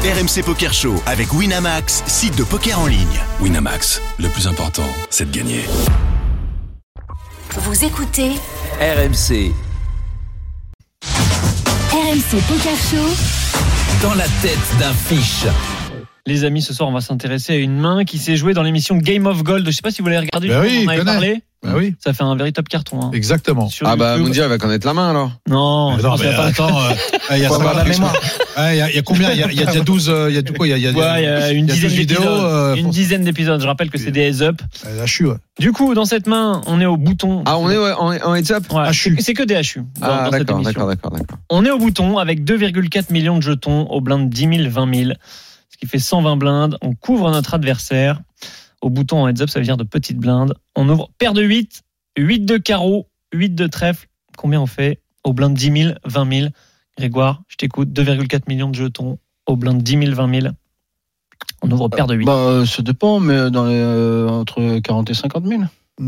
RMC Poker Show avec Winamax, site de poker en ligne. Winamax, le plus important, c'est de gagner. Vous écoutez RMC. RMC Poker Show. Dans la tête d'un fiche. Les amis, ce soir, on va s'intéresser à une main qui s'est jouée dans l'émission Game of Gold. Je sais pas si vous l'avez regardé. Oui, on en avait parlé. Oui. Ça fait un véritable carton. Hein. Exactement. Sur YouTube. Moundir, il va connaître la main alors. Non, non, mais attends, il y a ça la mémoire. Il y a combien? Il y a déjà 12, il y a du quoi? Il y a une dizaine vidéos. Une dizaine d'épisodes. Je rappelle que c'est des heads-up. HU, ouais. Du coup, dans cette main, on est au bouton. Ah, on est en heads-up. Ouais, HU. c'est que des HU. Ah, dans d'accord. On est au bouton avec 2,4 millions de jetons aux blindes 10 000, 20 000. Ce qui fait 120 blindes. On couvre notre adversaire. Au bouton en heads-up, ça veut dire de petites blindes. On ouvre paire de 8, 8 de carreau, 8 de trèfle. Combien on fait aux blindes 10 000, 20 000? Grégoire, je t'écoute. 2,4 millions de jetons aux blindes 10 000, 20 000. On ouvre paire de 8. Ça dépend, mais dans les, entre 40 et 50 000.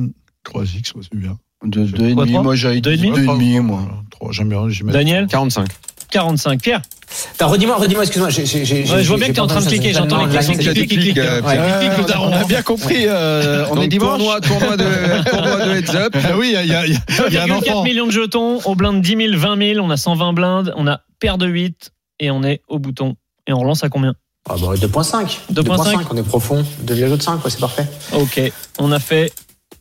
3X, c'est bien. 2,5, moi j'ai dit 2,5, moi. 3, j'aime bien. Daniel? 45. Pierre? Redis-moi, excuse-moi. Je vois bien que t'es en train de cliquer, j'entends les clics. On a bien compris, on est dimanche. Tournoi de heads up. Oui, il y a un enfant. 4 millions de jetons, aux blindes 10 000, 20 000, on a 120 blindes, on a paire de 8 et on est au bouton. Et on relance à combien? 2.5. 2.5. On est profond. 2,5, c'est parfait. Ok, on a fait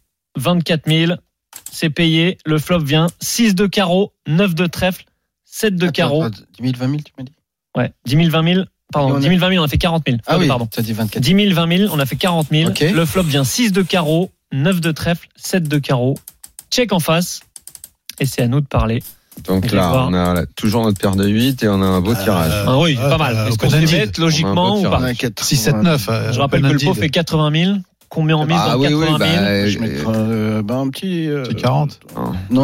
24 000, c'est payé. Le flop vient 6 de carreau, 9 de trèfle, 7 de carreau. 10 000, 20 000, tu m'as dit? Ouais, 10 000, 20 000. Pardon, 10 000, 20 000, on a fait 40 000. Ah oui, pardon. tu as dit 24 000. 10 000, 20 000, on a fait 40 000. Okay. Le flop vient 6 de carreau, 9 de trèfle, 7 de carreau. Check en face. Et c'est à nous de parler. Donc là, on a toujours notre paire de 8 et on a un beau tirage. Oui, pas mal. Est-ce qu'on s'y met logiquement ou pas? 6, 7, 9. Je rappelle que le pot fait 80 000. Combien on mise dans 80 000? Je mettrais un petit 40. Non,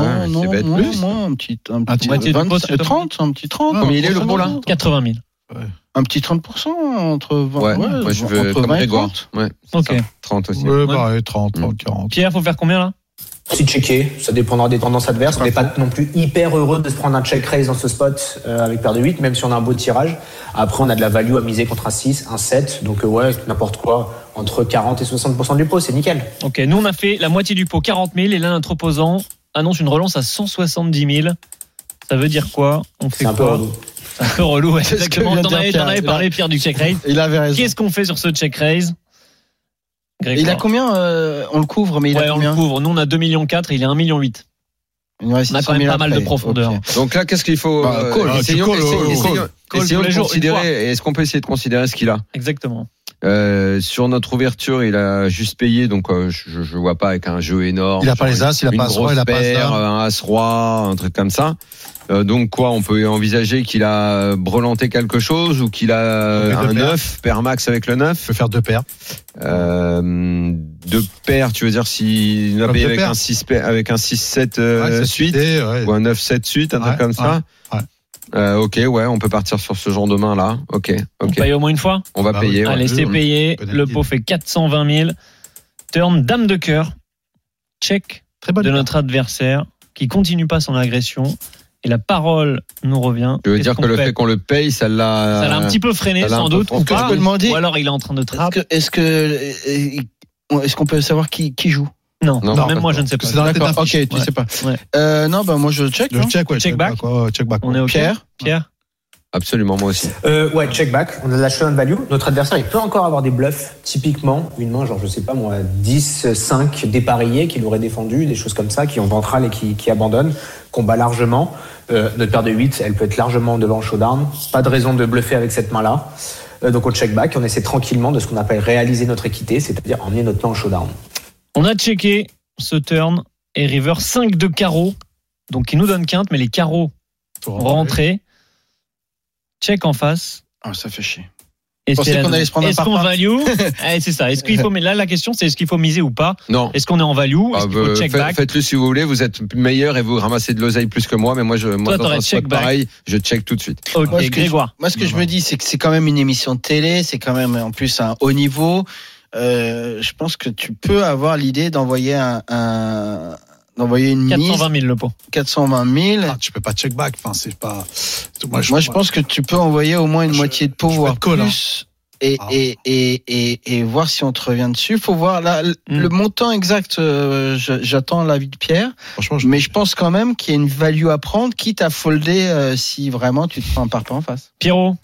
un petit moitié du pot, 30, un petit 30. Combien il est le pot là? 80 000. Ouais. Un petit 30% entre 20 moi je veux comme Grégoire. Ouais, ok. 30 aussi. Ouais, pareil, 30, 40. Pierre, faut faire combien là? Si checker, ça dépendra des tendances adverses. On n'est pas non plus hyper heureux de se prendre un check raise dans ce spot avec paire de 8, même si on a un beau tirage. Après, on a de la value à miser contre un 6, un 7. Donc n'importe quoi, entre 40 et 60% du pot, c'est nickel. Ok, nous on a fait la moitié du pot, 40 000, et là notre opposant annonce une relance à 170 000. Ça veut dire quoi? On fait quoi? C'est un peu relou, exactement. T'en avais parlé, Pierre, du check raise. Il avait raison. Qu'est-ce qu'on fait sur ce check raise? Grégoire. Il a combien? On le couvre, mais il a combien? On le couvre. Nous, on a 2,4 millions et il est 1,8 million. On a quand même pas mal de profondeur. Okay. Donc là, qu'est-ce qu'il faut? Essayons de considérer. Est-ce qu'on peut essayer de considérer ce qu'il a? Exactement. Sur notre ouverture, il a juste payé, donc je vois pas avec un jeu énorme. Il a pas les as, il a pas as-roi, il a pas as-dame, un as-roi, un truc comme ça. Donc quoi, on peut envisager qu'il a brelanté quelque chose ou qu'il a un 9, paire max avec le 9. Je peux faire 2 paires. 2 paires, tu veux dire s'il a payé avec un 6 avec un 6-7 suite ou un 9-7 suite, un truc comme ça. Ok, on peut partir sur ce genre de main là. Ok. On paye au moins une fois. On va payer. Allez, c'est payé. Le pot fait 420 000. Turn dame de cœur. Check de notre adversaire qui continue pas son agression. Et la parole nous revient. Je veux dire que le fait qu'on le paye, ça l'a un petit peu freiné sans doute, ou pas. Ou alors il est en train de trapper. Est-ce qu'on peut savoir qui joue? Non, même moi je ne sais pas. C'est dans la tête d'un fiche. Ok, tu sais pas. Moi je check. Check back. On est OK. Pierre. Absolument, moi aussi. Check back. On a de la showdown value. Notre adversaire, il peut encore avoir des bluffs. Typiquement, une main, genre, je sais pas moi, 10, 5 dépareillés qui l'auraient défendu, des choses comme ça, qui ont ventral et qui abandonnent, qu'on bat largement. Notre paire de 8, elle peut être largement devant le showdown. Pas de raison de bluffer avec cette main-là. Donc, au check back, on essaie tranquillement de ce qu'on appelle réaliser notre équité, c'est-à-dire emmener notre main en showdown. On a checké ce turn et river 5 de carreau. Donc, il nous donne quinte, mais les carreaux vont rentrer. Check en face. Ça fait chier. Est-ce qu'on value? C'est ça. Est-ce qu'il faut, mais là, la question, c'est est-ce qu'il faut miser ou pas? Non. Est-ce qu'on est en value? Est-ce qu'il faut check back? Faites-le si vous voulez. Vous êtes meilleur et vous ramassez de l'oseille plus que moi. Mais moi, dans un spot pareil, je check tout de suite. Ok, Grégoire. Moi, ce que je me dis, c'est que c'est quand même une émission de télé. C'est quand même, en plus, un haut niveau. Je pense que tu peux avoir l'idée d'envoyer d'envoyer une 420 000 le pot. 420 000. Tu peux pas check back. Enfin, c'est pas. Moi, je pense que tu peux envoyer au moins une moitié de pot, voire plus. Et voir si on te revient dessus. Faut voir le montant exact. J'attends l'avis de Pierre. Mais je pense quand même qu'il y a une value à prendre, quitte à folder si vraiment tu te prends un parpaing en face. Pierrot.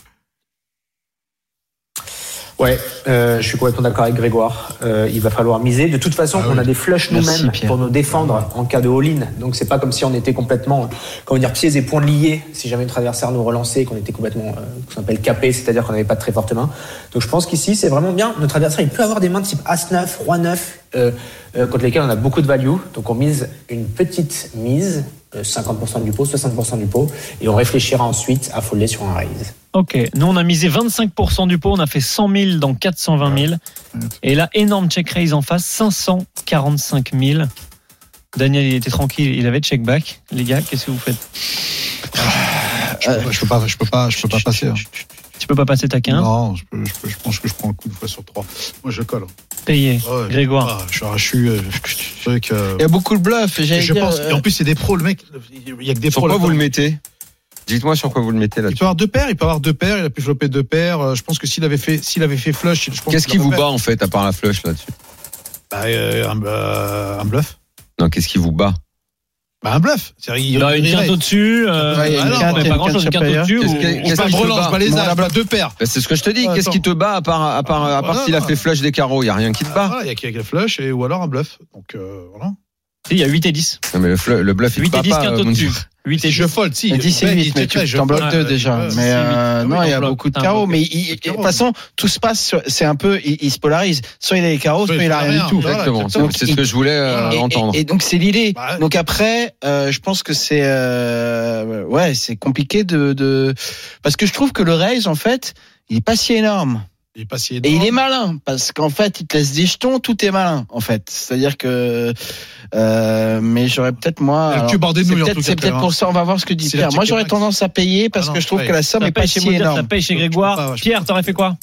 Ouais, je suis complètement d'accord avec Grégoire. Il va falloir miser. De toute façon, on a des flushs nous-mêmes pour nous défendre en cas de all-in. Donc c'est pas comme si on était complètement, pieds et poings liés. Si jamais notre adversaire nous relançait, qu'on était complètement, ce qu'on appelle capé, c'est-à-dire qu'on n'avait pas de très fortes mains. Donc je pense qu'ici c'est vraiment bien. Notre adversaire, il peut avoir des mains de type As-9, Roi-9, contre lesquelles on a beaucoup de value. Donc on mise une petite mise, 50% du pot, 60% du pot, et on réfléchira ensuite à folder sur un raise. Ok, nous on a misé 25% du pot, on a fait 100 000 dans 420 000. Et là, énorme check raise en face, 545 000. Daniel, il était tranquille, il avait check back. Les gars, qu'est-ce que vous faites ? Je peux pas passer. Hein. Tu peux pas passer ta quinte ? Non, je pense que je prends un coup de fois sur 3. Moi, je colle. Payé. Ouais, Grégoire. Je suis avec. Il y a beaucoup de bluffs. Je pense. Et en plus, c'est des pros, le mec. Il y a que des pros. Sur quoi vous le mettez ? Dites-moi sur quoi vous le mettez là. Il peut avoir deux paires, il a pu flopper deux paires. Je pense que s'il avait fait flush, je pense. Qu'est-ce qui vous bat en fait à part la flush là-dessus ? Un bluff. Non, qu'est-ce qui vous bat ? Un bluff. Il a une quinte au-dessus. Il y a une carte au-dessus. Qu'est-ce qui relance les as, deux paires. C'est ce que je te dis. Qu'est-ce qui te bat à part s'il a fait flush des carreaux ? Il y a rien qui te bat. Il y a que le flush ou alors un bluff. Donc voilà. Il y a 8 et 10. Non, mais le bluff, il 8 et 10 quinte au-dessus. 8 et je fold, si. 10 et 8, mais tu t'en bloques 2 déjà. Mais non, il y a beaucoup de carreaux. Mais de toute façon, tout se passe, c'est un peu, il se polarise. Soit il a les carreaux, soit il a rien du tout. Exactement. C'est ce que je voulais entendre. Et donc, c'est l'idée. Donc après, je pense que c'est compliqué parce que je trouve que le raise, en fait, il est pas si énorme. Et il est malin, parce qu'en fait, il te laisse des jetons, tout est malin, en fait. C'est-à-dire que, mais j'aurais peut-être c'est peut-être pour ça, on va voir ce que dit Pierre. Moi, j'aurais tendance à payer parce que je trouve que la somme est pas si énorme. Ça paye chez Grégoire. Pierre, t'aurais fait quoi?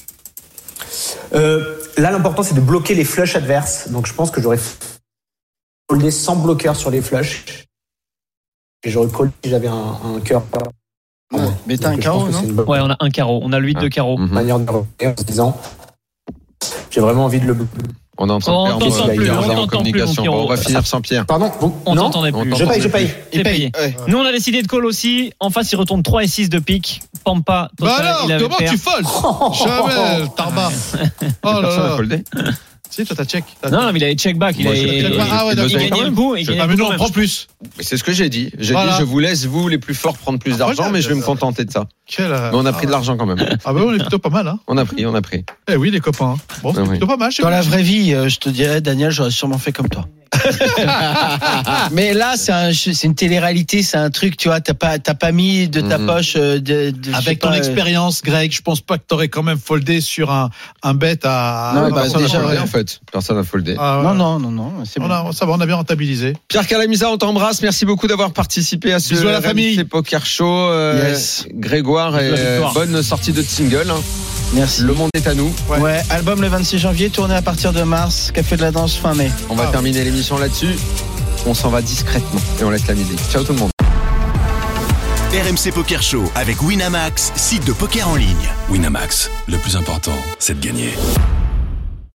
Là, l'important, c'est de bloquer les flushs adverses. Donc, je pense que j'aurais foldé sans bloqueur sur les flushs. Et j'aurais call si j'avais un cœur. Ouais, mais t'as un carreau, non? Ouais, on a un carreau. On a le 8 de carreau. Manière de revenir en se disant, j'ai vraiment envie de le. On est en train de perdre en communication. On va finir sans Pierre. Pardon, on t'entendait plus. Je paye. Il paye. Nous, on a décidé de call aussi. En face, il retourne 3 et 6 de pique. Pampa, total, bah alors, comment tu foldes? Jamais, Tarba. Oh là là. Si, toi, t'as check. Non, mais il avait check back. Il gagnait le coup. Mais non, on prend plus. C'est ce que j'ai dit. J'ai dit, je vous laisse, vous, les plus forts, prendre plus d'argent, mais je vais me contenter de ça. Mais on a pris de l'argent quand même. Ah bah, on est plutôt pas mal, hein. On a pris. Eh oui, les copains. Bon, c'est plutôt pas mal. Dans la vraie vie, je te dirais, Daniel, j'aurais sûrement fait comme toi. Mais là, c'est une télé-réalité, c'est un truc, tu vois, t'as pas mis de ta poche avec ton expérience, Greg, je pense pas que t'aurais quand même foldé sur un bet à. Non, personne n'a foldé en fait. Personne n'a foldé. Non, c'est bon. Ça va, on a bien rentabilisé. Pierre Calamisa, on t'embrasse. Merci beaucoup d'avoir participé à ce Bisous à la famille. Poker Show. Grégoire, et bonne sortie de single. Merci. Le monde est à nous. Ouais, album le 26 janvier, tourné à partir de mars, Café de la Danse fin mai. On va terminer l'émission là-dessus. On s'en va discrètement et on laisse la musique. Ciao tout le monde. RMC Poker Show avec Winamax, site de poker en ligne. Winamax, le plus important, c'est de gagner.